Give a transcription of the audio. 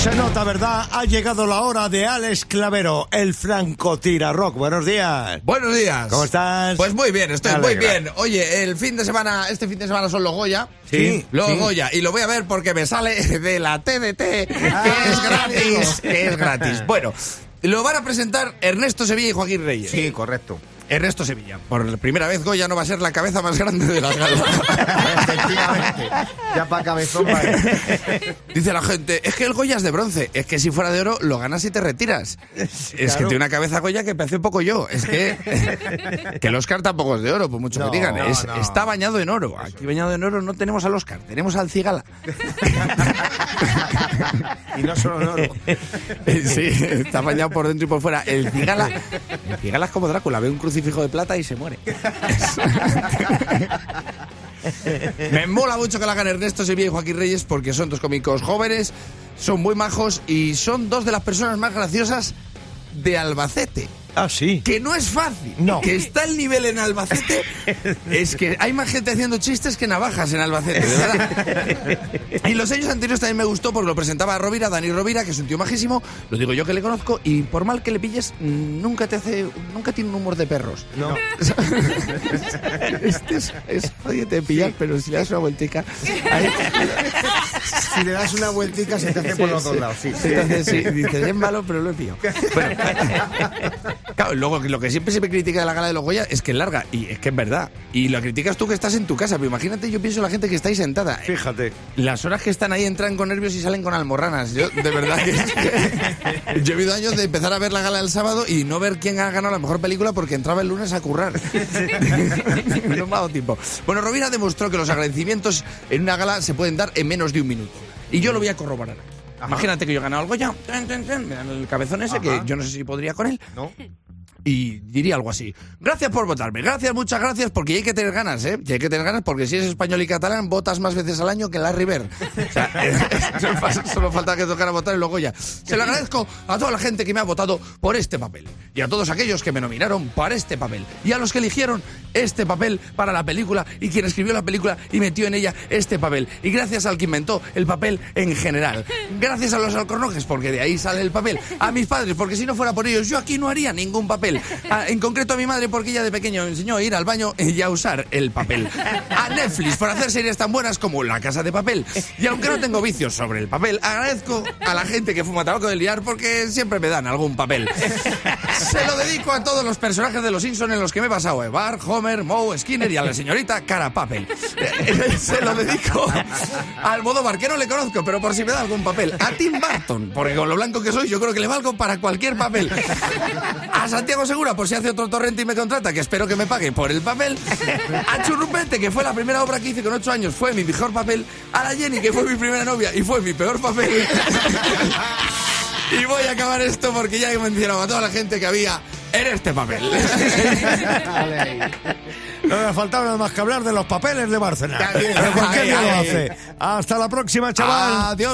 Se nota, ¿verdad? Ha llegado la hora de Alex Clavero, el francotirador. Buenos días. Buenos días. ¿Cómo estás? Pues muy bien, estoy muy bien. Oye, este fin de semana son los Goya. Sí. Los Goya. Y lo voy a ver porque me sale de la TDT, que es gratis. Bueno, lo van a presentar Ernesto Sevilla y Joaquín Reyes. Sí, correcto. Ernesto Sevilla. Por primera vez Goya no va a ser la cabeza más grande de la gala. Efectivamente. Ya para cabezón, vale. Dice la gente, es que el Goya es de bronce. Es que si fuera de oro, lo ganas y te retiras. Es que tiene una cabeza Goya que parece un poco yo. Es que el Oscar tampoco es de oro, por mucho que digan. No. Está bañado en oro. Aquí bañado en oro no tenemos al Oscar, tenemos al Cigala. Y no solo en oro. Sí, está bañado por dentro y por fuera. El Cigala es como Drácula, ve un crucifijo de plata y se muere. Me mola mucho que la hagan Ernesto Sevilla y Joaquín Reyes porque son dos cómicos jóvenes, son muy majos y son dos de las personas más graciosas de Albacete. Ah, sí. Que no es fácil. No. Que está el nivel en Albacete. Es que hay más gente haciendo chistes que navajas en Albacete, de verdad. Y los años anteriores también me gustó porque lo presentaba a Dani Rovira, que es un tío majísimo. Lo digo yo que le conozco. Y por mal que le pilles, nunca tiene un humor de perros. No. Es jodido de pillar, pero si le das una vueltica. Si le das una vueltica se te hace por los dos lados. Sí. Entonces, sí, dices, es malo, pero lo he pillado. Bueno, claro, luego lo que siempre se me critica de la gala de los Goya es que es larga, y es que es verdad. Y lo criticas tú que estás en tu casa, pero imagínate, yo pienso en la gente que está ahí sentada. Fíjate. Las horas que están ahí entran con nervios y salen con almorranas. Yo, de verdad que yo he vivido años de empezar a ver la gala del sábado y no ver quién ha ganado la mejor película porque entraba el lunes a currar. No me ha dado tiempo. Bueno, Rovira demostró que los agradecimientos en una gala se pueden dar en menos de un minuto. Y yo lo voy a corroborar. Ajá. Imagínate que yo he ganado el Goya, me dan el cabezón ese, que yo no sé si podría con él. ¿No? Y diría algo así: gracias por votarme, muchas gracias, porque hay que tener ganas, ¿eh? Y hay que tener ganas porque si eres español y catalán votas más veces al año que Larry Bird. O sea, solo falta que tocara votar y luego ya. Se lo agradezco a toda la gente que me ha votado por este papel y a todos aquellos que me nominaron para este papel y a los que eligieron este papel para la película y quien escribió la película y metió en ella este papel, y gracias al que inventó el papel en general, gracias a los alcornoques porque de ahí sale el papel, a mis padres porque si no fuera por ellos yo aquí no haría ningún papel. En concreto a mi madre porque ella de pequeño me enseñó a ir al baño y a usar el papel. A Netflix por hacer series tan buenas como La Casa de Papel. Y aunque no tengo vicios sobre el papel, agradezco a la gente que fuma tabaco del liar porque siempre me dan algún papel. Se lo dedico a todos los personajes de Los Simpsons en los que me he pasado: Bart, Homer, Moe, Skinner y a la señorita Cara Papel. Se lo dedico a Almodóvar, que no le conozco, pero por si me da algún papel. A Tim Burton, porque con lo blanco que soy yo creo que le valgo para cualquier papel. A Santiago Segura, por si hace otro Torrente y me contrata, que espero que me pague por el papel. A Churrupete, que fue la primera obra que hice con 8 años, fue mi mejor papel. A la Jenny, que fue mi primera novia y fue mi peor papel. Y voy a acabar esto porque ya he mencionado a toda la gente que había en este papel. No me faltaba nada más que hablar de los papeles de Bárcenas. Está bien. Pero cualquier día lo hace. Hasta la próxima, chaval. Adiós.